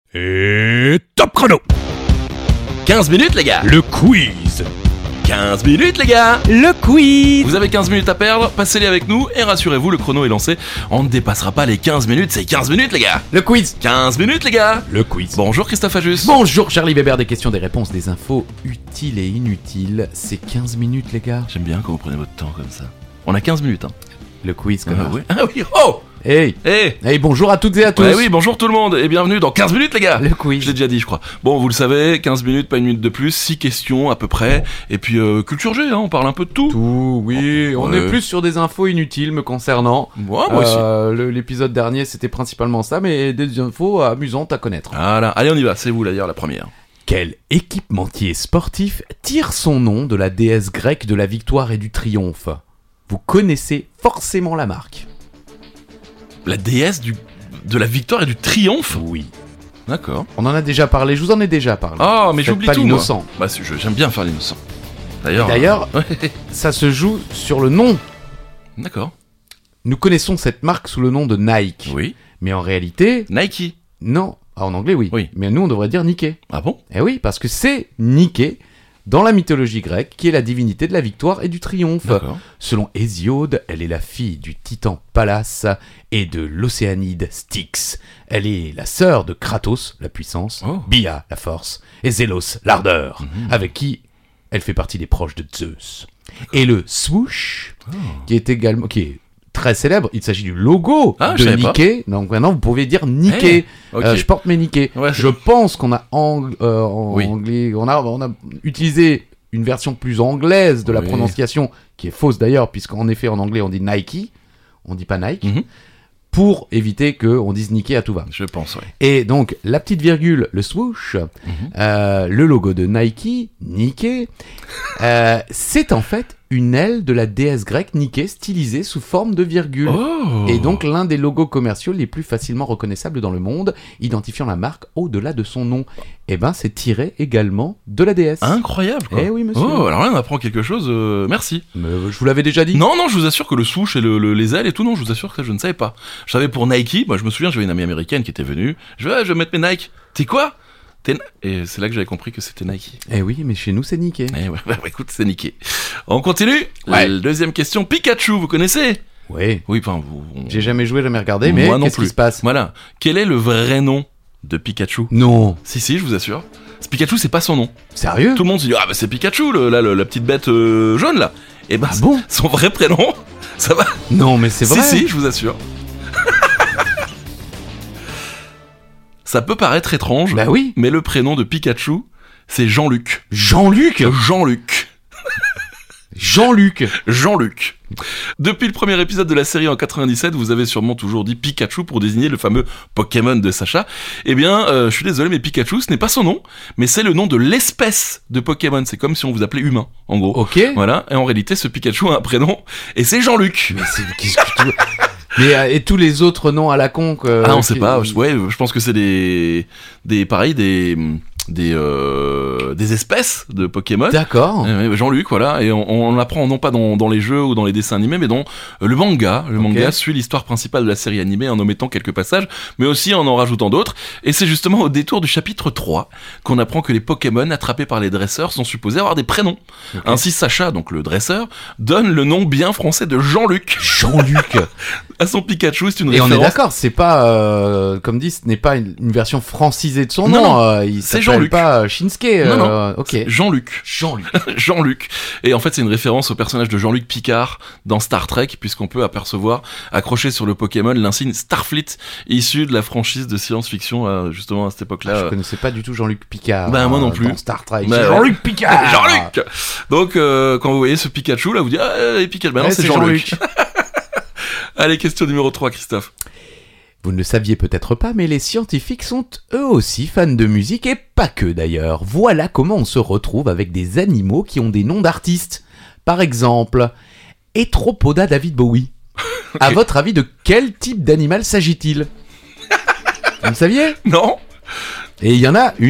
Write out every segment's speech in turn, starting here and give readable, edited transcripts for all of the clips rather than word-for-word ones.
Et top chrono. 15 minutes les gars. Le quiz. 15 minutes les gars. Le quiz. Vous avez 15 minutes à perdre, passez-les avec nous et rassurez-vous, le chrono est lancé. On ne dépassera pas les 15 minutes, c'est 15 minutes les gars. Le quiz. 15 minutes les gars. Le quiz. Bonjour Christophe Ajus. Bonjour Charlie Weber, des questions, des réponses, des infos utiles et inutiles. C'est 15 minutes les gars. J'aime bien quand vous prenez votre temps comme ça. On a 15 minutes hein. Le quiz comme ça. Oui. Ah oui, oh. Hey. Hey. Bonjour à toutes et à tous. Ouais, oui, bonjour tout le monde et bienvenue dans 15 minutes les gars. Le quiz. Je l'ai déjà dit je crois. Bon, vous le savez, 15 minutes, pas une minute de plus, 6 questions à peu près. Et puis culture G, hein, on parle un peu de tout. Tout, oui. On Ouais. est plus sur des infos inutiles me concernant. Ouais, moi aussi. L'épisode dernier c'était principalement ça, mais des infos amusantes à connaître. Voilà, allez on y va, c'est vous d'ailleurs la première. Quel équipementier sportif tire son nom de la déesse grecque de la victoire et du triomphe? Vous connaissez forcément la marque. La déesse de la victoire et du triomphe. Oui. D'accord. On en a déjà parlé, je vous en ai déjà parlé. Ah, mais Faites j'oublie pas tout l'innocent. moi. Bah j'aime bien faire l'innocent. D'ailleurs. D'ailleurs, Ouais. ça se joue sur le nom. D'accord. Nous connaissons cette marque sous le nom de Nike. Oui. Mais en réalité, Nike. non. Ah, en anglais, oui. Oui. Mais nous, on devrait dire Nike. Ah bon? Eh oui, parce que c'est Nike, dans la mythologie grecque, qui est la divinité de la victoire et du triomphe. D'accord. Selon Hésiode, elle est la fille du titan Pallas et de l'océanide Styx. Elle est la sœur de Kratos, la puissance, Oh. Bia, la force, et Zélos, l'ardeur, avec qui elle fait partie des proches de Zeus. Et le swoosh, qui est très célèbre, il s'agit du logo Ah, je de savais pas. Nike. Donc maintenant, vous pouvez dire Nike. Ok. Je porte mes Nike. Ouais, Je pense qu'on a Oui. anglais, on a utilisé une version plus anglaise de la Oui. prononciation, qui est fausse d'ailleurs, puisqu'en effet en anglais on dit Nike, on dit pas Nike, Mhm. pour éviter qu'on dise Nike à tout va. Je pense, ouais. Et donc la petite virgule, le swoosh, le logo de Nike, c'est en fait une aile de la déesse grecque Nike stylisée sous forme de virgule. Oh. Et donc l'un des logos commerciaux les plus facilement reconnaissables dans le monde, identifiant la marque au-delà de son nom. Et ben c'est tiré également de la déesse. Incroyable quoi. Eh oui, monsieur. Oh, alors là on apprend quelque chose, merci. Mais, je vous l'avais déjà dit. Non, je vous assure que le swoosh et les ailes et tout, non, je vous assure que je ne savais pas. Je savais pour Nike, moi je me souviens, j'avais une amie américaine qui était venue, je vais mettre mes Nike. T'es quoi? Et c'est là que j'avais compris que c'était Nike. Eh oui, mais chez nous c'est Nike. Eh ouais, bah, écoute, c'est niqué. On continue. Ouais. La deuxième question, Pikachu, vous connaissez? Oui. Oui, enfin, J'ai jamais joué, jamais regardé, mais Moi non qu'est-ce plus. qui se passe? Voilà. Quel est le vrai nom de Pikachu? Non. Si, je vous assure. Pikachu, c'est pas son nom. Sérieux? Tout le monde se dit, ah bah c'est Pikachu, la petite bête jaune là. Et bah, Ah bon? son vrai prénom, ça va. Non, mais c'est vrai. Si, je vous assure. Ça peut paraître étrange, Bah oui. mais le prénom de Pikachu, c'est Jean-Luc. Jean-Luc. Jean-Luc. Jean-Luc. Jean-Luc. Depuis le premier épisode de la série en 97, vous avez sûrement toujours dit Pikachu pour désigner le fameux Pokémon de Sacha. Eh bien, je suis désolé, mais Pikachu, ce n'est pas son nom, mais c'est le nom de l'espèce de Pokémon. C'est comme si on vous appelait humain, en gros. Ok. Voilà, et en réalité, ce Pikachu a un prénom, et c'est Jean-Luc. Mais c'est qu'est-ce que tu... Mais et tous les autres noms à la con que... Ah, on sait pas. Ouais, je pense que c'est des espèces de Pokémon. D'accord. Ouais, Jean-Luc, voilà, et on l'apprend non pas dans les jeux ou dans les dessins animés, mais dans le manga. Le manga suit l'histoire principale de la série animée en omettant quelques passages, mais aussi en rajoutant d'autres. Et c'est justement au détour du chapitre 3 qu'on apprend que les Pokémon attrapés par les dresseurs sont supposés avoir des prénoms. Ainsi, Sacha, donc le dresseur, donne le nom bien français de Jean-Luc Jean-Luc. à son Pikachu. C'est une Et on référence. est d'accord, c'est pas, comme dit, ce n'est pas une version francisée de son Non, nom. non. Il C'est s'appelle Jean-Luc. pas Shinsuke. Non. Ok. Jean-Luc. Jean-Luc. Jean-Luc. Et en fait, c'est une référence au personnage de Jean-Luc Picard dans Star Trek, puisqu'on peut apercevoir, accroché sur le Pokémon, l'insigne Starfleet, issu de la franchise de science-fiction, justement à cette époque-là. Je connaissais pas du tout Jean-Luc Picard. Bah, moi non plus. Dans Star Trek. Bah, C'est Jean-Luc Picard. Jean-Luc. Donc, quand vous voyez ce Pikachu, là, vous dites, ah, Pikachu. Bah non, Ouais, c'est Jean-Luc. Allez, question numéro 3, Christophe. Vous ne le saviez peut-être pas, mais les scientifiques sont eux aussi fans de musique, et pas que d'ailleurs. Voilà comment on se retrouve avec des animaux qui ont des noms d'artistes. Par exemple, Etropoda David Bowie. À votre avis, de quel type d'animal s'agit-il? Vous le saviez? Non. Et il y en a une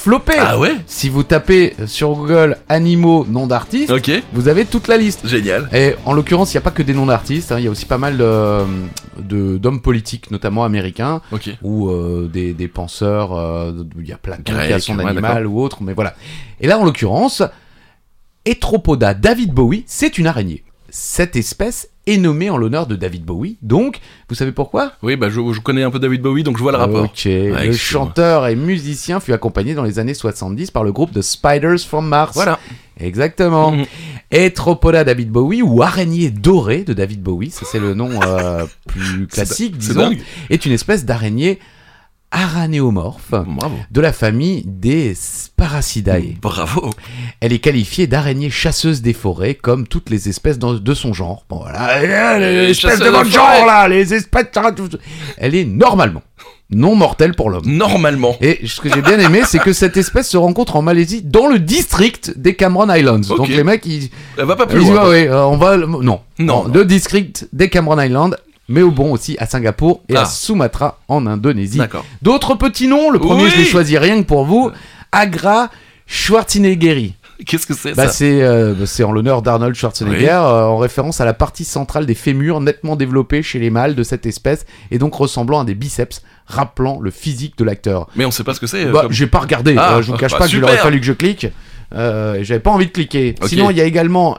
floppé. Ah ouais? Si vous tapez sur Google animaux nom d'artistes, Ok. vous avez toute la liste. Génial. Et en l'occurrence, il n'y a pas que des noms d'artistes, hein, il y a aussi pas mal d'hommes politiques, notamment américains, Ok. ou des penseurs, il y a plein de créations ouais, d'animal ou autres, mais voilà. Et là, en l'occurrence, Etropoda David Bowie, c'est une araignée. Cette espèce est nommée en l'honneur de David Bowie, donc, vous savez pourquoi ? Oui, bah je connais un peu David Bowie, donc je vois le rapport. Ok, le excuse-moi. chanteur et musicien fut accompagné dans les années 70 par le groupe The Spiders from Mars. Voilà. Exactement. Mhm. Etropoda David Bowie, ou araignée dorée de David Bowie, ça c'est le nom plus classique, C'est disons, dingue. est une espèce d'araignée aranéomorphe Bravo. de la famille des Sparacidae. Bravo. Elle est qualifiée d'araignée chasseuse des forêts, comme toutes les espèces de son genre. Bon, voilà, les espèces de chasseuses votre de forêt. genre là, les espèces. Elle est normalement non mortelle pour l'homme. Normalement. Et ce que j'ai bien aimé, c'est que cette espèce se rencontre en Malaisie, dans le district des Cameron Islands. Ok. Donc les mecs, ils Elle va pas plus disent loin. ouais, ouais, on va, non, Non. le district des Cameron Islands, mais au bon aussi à Singapour et Ah. à Sumatra en Indonésie. D'accord. D'autres petits noms, le premier Oui. je l'ai choisi rien que pour vous, Agra Schwarzeneggeri. Qu'est-ce que c'est Bah, ça? c'est en l'honneur d'Arnold Schwarzenegger, Oui. en référence à la partie centrale des fémurs nettement développée chez les mâles de cette espèce et donc ressemblant à des biceps, rappelant le physique de l'acteur. Mais on sait pas ce que c'est. Bah, j'ai pas regardé, Ah, je vous cache bah, pas qu'il super. aurait fallu que je clique, et j'avais pas envie de cliquer. Ok. Sinon il y a également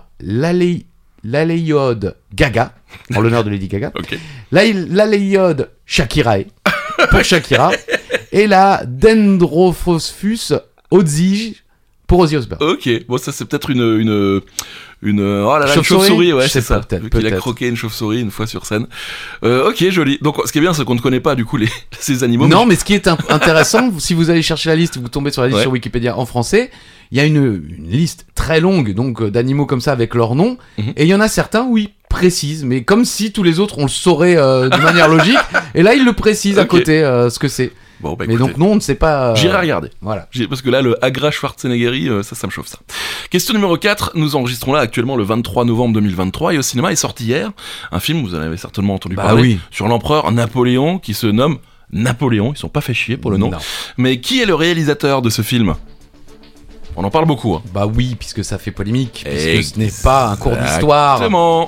l'Aléiode Gaga, en l'honneur de Lady Gaga, Ok. l'Aléiode Shakirae, pour Shakira, et la Dendrophosphus odzige pour Ozzy Osbourne. Ok. Bon, ça c'est peut-être une oh là là, une Chauve-souris chauve-souris, ouais, Je sais c'est ça. pas, peut-être, Vu qu'il a peut-être. croqué une chauve-souris une fois sur scène. Ok, joli. Donc, ce qui est bien, c'est qu'on ne connaît pas du coup ces animaux. Non, mais ce qui est intéressant, si vous allez chercher la liste, vous tombez sur la liste Ouais. sur Wikipédia en français, il y a une liste très longue donc d'animaux comme ça avec leur nom, Mhm. et il y en a certains où ils précisent, mais comme si tous les autres on le saurait de manière logique, et là ils le précisent à Ok. côté ce que c'est. Bon, bah, Mais écoutez, donc non, on ne sait pas. j'irai regarder. Voilà. Parce que là, le Agra Schwarzeneggeri, ça me chauffe ça. Question numéro 4, nous enregistrons là actuellement le 23 novembre 2023 et au cinéma est sorti hier un film, vous en avez certainement entendu Bah parler, oui. sur l'empereur Napoléon qui se nomme Napoléon, ils sont pas fait chier pour le nom. Non. Mais qui est le réalisateur de ce film? On en parle beaucoup. Hein. Bah oui, puisque ça fait polémique, puisque ce n'est pas un cours d'histoire. Exactement.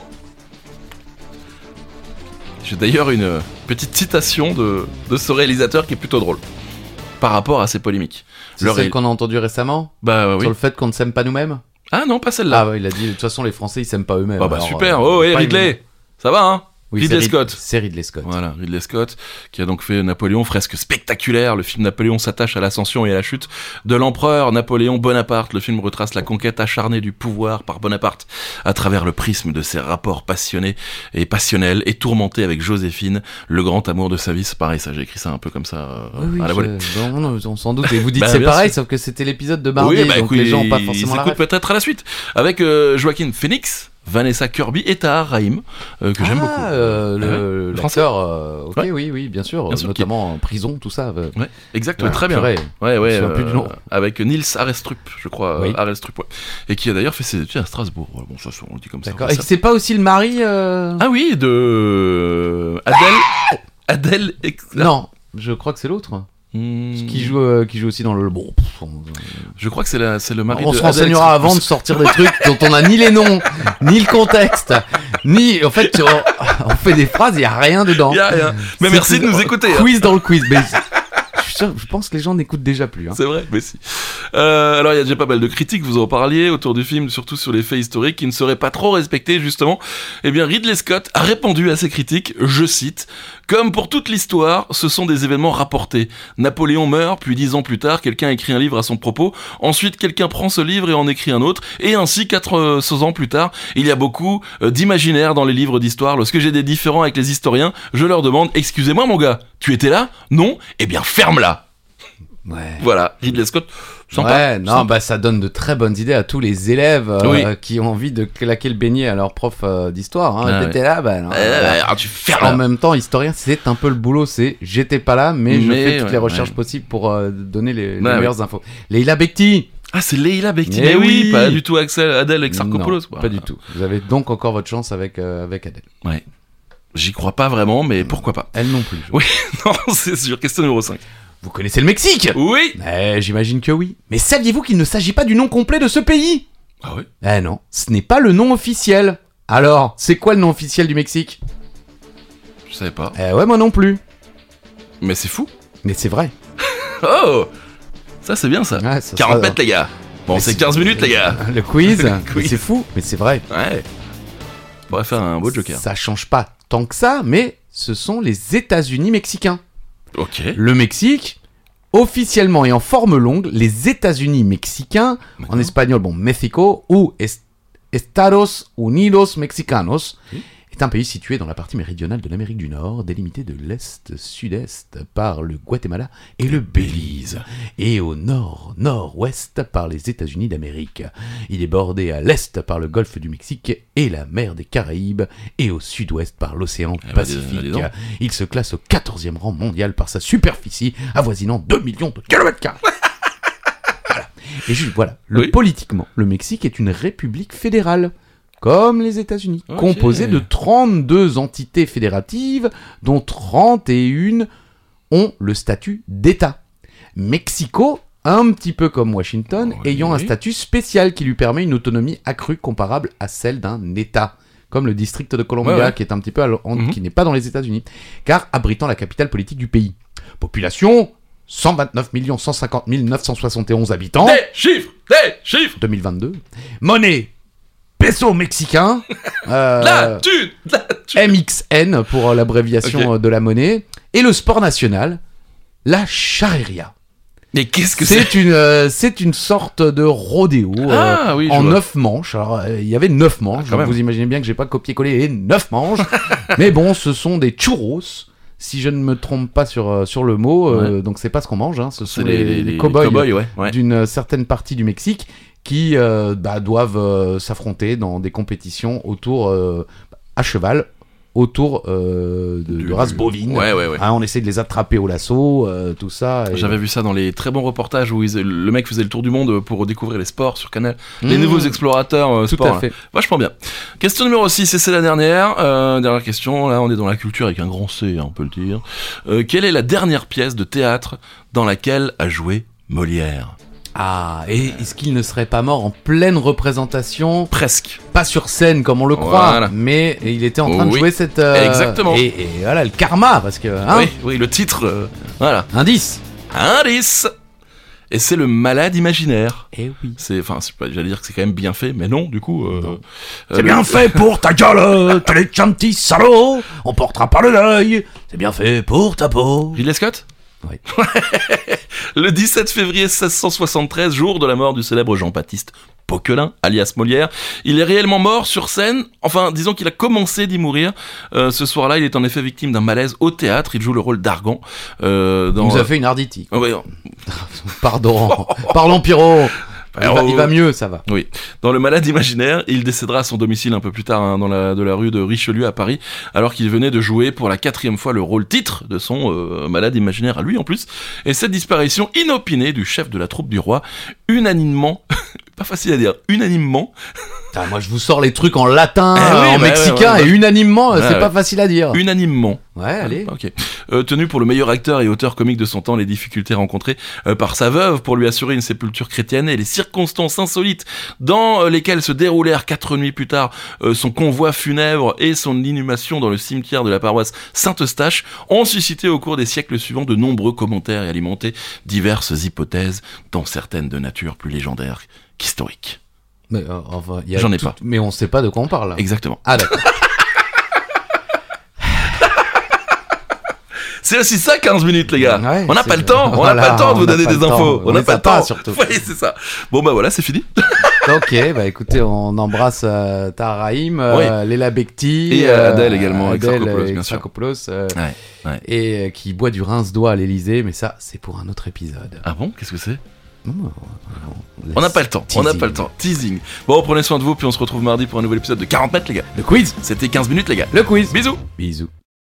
J'ai d'ailleurs une petite citation de ce réalisateur qui est plutôt drôle par rapport à ces polémiques. C'est celle qu'on a entendue récemment Bah oui. sur le fait qu'on ne s'aime pas nous-mêmes. Ah non, pas celle-là. Ah ouais, il a dit de toute façon les Français ils s'aiment pas eux-mêmes. Ah bah Alors, super. on Oh et peut pas Ridley, ça va hein? Oui, Ridley c'est Scott. C'est Ridley Scott. Voilà, Ridley Scott, qui a donc fait Napoléon, fresque spectaculaire. Le film Napoléon s'attache à l'ascension et à la chute de l'empereur Napoléon Bonaparte. Le film retrace la conquête acharnée du pouvoir par Bonaparte à travers le prisme de ses rapports passionnés et passionnels et tourmentés avec Joséphine, le grand amour de sa vie. C'est pareil, ça, j'ai écrit ça un peu comme ça Oui, à la volée. on s'en doute. Et vous dites Bah, c'est bien pareil, sûr. sauf que c'était l'épisode de mardi, bah, donc écoute, les gens ont pas ils forcément la écoutent ref. peut-être à la suite. Avec Joaquin Phoenix, Vanessa Kirby et Tahar Rahim, que j'aime beaucoup. Le Français. l'acteur, ok, Ouais. oui, bien sûr, Bien sûr, notamment en prison, tout ça. Ouais, exact, Ah, très bien. purée. Ouais, Je me souviens plus du nom. avec Niels Arestrup, je crois, Oui. Arestrup, ouais. Et qui a d'ailleurs fait ses études à Strasbourg. Voilà, bon, ça, on le dit comme ça. D'accord. on Et va c'est pas aussi le mari Ah oui, de Adèle. Non, je crois que c'est l'autre. Qui joue aussi dans le. Bon, Je crois que c'est le mari on de se Adèle renseignera Exarchopoulos. avant de sortir des trucs dont on a ni les noms, ni le contexte, ni. En fait, on fait des phrases, il y a rien dedans. Y a rien. Mais C'est merci de nous écouter. hein. Quiz dans le quiz. Mais je pense que les gens n'écoutent déjà plus. Hein. C'est vrai, mais si. Alors, il y a déjà pas mal de critiques, vous en parliez, autour du film, surtout sur les faits historiques qui ne seraient pas trop respectés, justement. Eh bien, Ridley Scott a répondu à ces critiques, je cite, « Comme pour toute l'histoire, ce sont des événements rapportés. Napoléon meurt, puis 10 ans plus tard, quelqu'un écrit un livre à son propos, ensuite quelqu'un prend ce livre et en écrit un autre, et ainsi 400 ans plus tard, il y a beaucoup d'imaginaire dans les livres d'histoire. Lorsque j'ai des différends avec les historiens, je leur demande, excusez-moi mon gars, tu étais là? Non? Eh bien, ferme-la !» Ouais. Voilà, Ridley Scott, sympa. Ouais, non, sympa. bah ça donne de très bonnes idées à tous les élèves Oui. qui ont envie de claquer le beignet à leur prof d'histoire. Hein. Ah T'étais là, bah non. Tu fermes En là. même temps, historien, c'est un peu le boulot. C'est j'étais pas là, mais je fais toutes les recherches ouais. possibles pour donner les Ouais, meilleures infos. Leila Bekti. Ah, c'est Leila Bekti. Eh Mais oui, oui. pas du tout Adèle Exarchopoulos. Non, pas du tout. Vous avez donc encore votre chance avec Adèle. Ouais. J'y crois pas vraiment, mais pourquoi pas. Elle non plus. Oui, non, c'est sûr. Question numéro 5. Vous connaissez le Mexique? Oui. J'imagine que oui. Mais saviez-vous qu'il ne s'agit pas du nom complet de ce pays? Ah oui? Non, ce n'est pas le nom officiel. Alors, c'est quoi le nom officiel du Mexique? Je savais pas. Ouais, moi non plus. Mais c'est fou. Mais c'est vrai. Oh, ça c'est bien ça. Ouais, ça 40 sera- mètres les gars. Bon, Mais c'est c'est- 15 minutes les gars. Le quiz, Le mais quiz. c'est fou, mais c'est vrai. Ouais. On pourrait faire un beau joker. Ça change pas tant que ça, mais ce sont les États-Unis mexicains. Ok. Le Mexique, officiellement et en forme longue, les États-Unis mexicains, en espagnol, Mexico ou Estados Unidos Mexicanos, Oui. est un pays situé dans la partie méridionale de l'Amérique du Nord, délimité de l'est-sud-est par le Guatemala et le Belize, et au nord-nord-ouest par les États-Unis d'Amérique. Il est bordé à l'est par le golfe du Mexique et la mer des Caraïbes, et au sud-ouest par l'océan Eh ben, Pacifique. dis donc. Il se classe au 14e rang mondial par sa superficie, avoisinant 2 millions de kilomètres carrés. Voilà. Et juste, voilà, Oui. politiquement, le Mexique est une république fédérale, comme les États-Unis, Ok. composée de 32 entités fédératives, dont 31 ont le statut d'État. Mexico, un petit peu comme Washington, Oui. ayant un statut spécial qui lui permet une autonomie accrue comparable à celle d'un État, comme le district de Columbia, Ouais. qui est un petit peu Mhm. qui n'est pas dans les États-Unis, car abritant la capitale politique du pays. Population 129 150 971 habitants. Des chiffres. 2022. Monnaie, peso mexicain. La thune. MXN pour l'abréviation Ok. de la monnaie. Et le sport national, la charreria. Mais qu'est-ce que c'est? C'est une sorte de rodéo Ah oui, je en vois. 9 manches. Alors, il y avait 9 manches. quand Donc, même. vous imaginez bien que j'ai pas copié-collé les 9 manches. Mais bon, ce sont des churros. Si je ne me trompe pas sur le mot, donc c'est pas ce qu'on mange, hein, ce sont C'est les cow-boys ouais. d'une certaine partie du Mexique qui doivent s'affronter dans des compétitions autour à cheval, autour de races bovines. Ouais. Hein, on essaie de les attraper au lasso, tout ça. Et... J'avais vu ça dans les très bons reportages où le mec faisait le tour du monde pour découvrir les sports sur Canal. Les Mmh. nouveaux explorateurs Tout sport. à là. fait. Vachement bien. Question numéro 6, et c'est la dernière. Dernière question, là on est dans la culture avec un grand C, hein, on peut le dire. Quelle est la dernière pièce de théâtre dans laquelle a joué Molière? Ah, et est-ce qu'il ne serait pas mort en pleine représentation, Presque. pas sur scène comme on le croit, Voilà. mais il était en train de Oui. jouer cette... Exactement. Et voilà, le karma, parce que... Hein, Oui, le titre, voilà. Indice. Indice. Et c'est le malade imaginaire. Eh oui. J'allais dire que c'est quand même bien fait, mais non, du coup. C'est bien fait pour ta gueule, t'es les petit salaud, on portera pas le deuil, c'est bien fait pour ta peau. Ridley Scott? Oui. Le 17 février 1673, jour de la mort du célèbre Jean-Baptiste Poquelin, alias Molière, il est réellement mort sur scène. Enfin, disons qu'il a commencé d'y mourir. Ce soir-là, il est en effet victime d'un malaise au théâtre. Il joue le rôle d'Argan. Il nous a fait une arditi. Oh, ouais, Pardon. Pardon, Pierrot. Il va mieux, ça va. oui. Dans Le Malade imaginaire, il décédera à son domicile un peu plus tard, hein, de la rue de Richelieu à Paris, alors qu'il venait de jouer pour la 4e fois le rôle titre de son malade imaginaire à lui en plus. Et cette disparition inopinée du chef de la troupe du roi, unanimement, pas facile à dire, unanimement, Putain, moi, je vous sors les trucs en latin, oui, en bah, mexicain, ouais. et unanimement, c'est Ouais, pas facile à dire. unanimement. Ouais, allez. Ok. Tenu pour le meilleur acteur et auteur comique de son temps, les difficultés rencontrées par sa veuve pour lui assurer une sépulture chrétienne et les circonstances insolites dans lesquelles se déroulèrent 4 nuits plus tard son convoi funèbre et son inhumation dans le cimetière de la paroisse Saint-Eustache ont suscité au cours des siècles suivants de nombreux commentaires et alimenté diverses hypothèses, dont certaines de nature plus légendaire qu'historique. Mais, enfin, il y a J'en ai pas. Mais on sait pas de quoi on parle. Là. Exactement. Ah, d'accord. C'est aussi ça 15 minutes les gars. Ouais, on n'a c'est- pas le temps, on n'a voilà, pas le temps de on vous n'a donner pas des le temps. infos. On n'a On pas les le a pas, temps surtout. Oui, c'est ça. Bon bah voilà, c'est fini. Ok, bah écoutez, on embrasse Tahar Léla Bekti Et Adèle également, Adèle Exarchopoulos, bien sûr. Exarchopoulos, Ouais. et qui boit du rince-doigt à l'Elysée, mais ça, c'est pour un autre épisode. Ah bon, qu'est-ce que c'est? Non, On n'a pas le temps, on n'a Teasing. pas le temps. Teasing. Bon, prenez soin de vous, puis on se retrouve mardi pour un nouvel épisode de 40 mètres les gars. Le quiz. C'était 15 minutes les gars. Le quiz. Bisous. Bisous.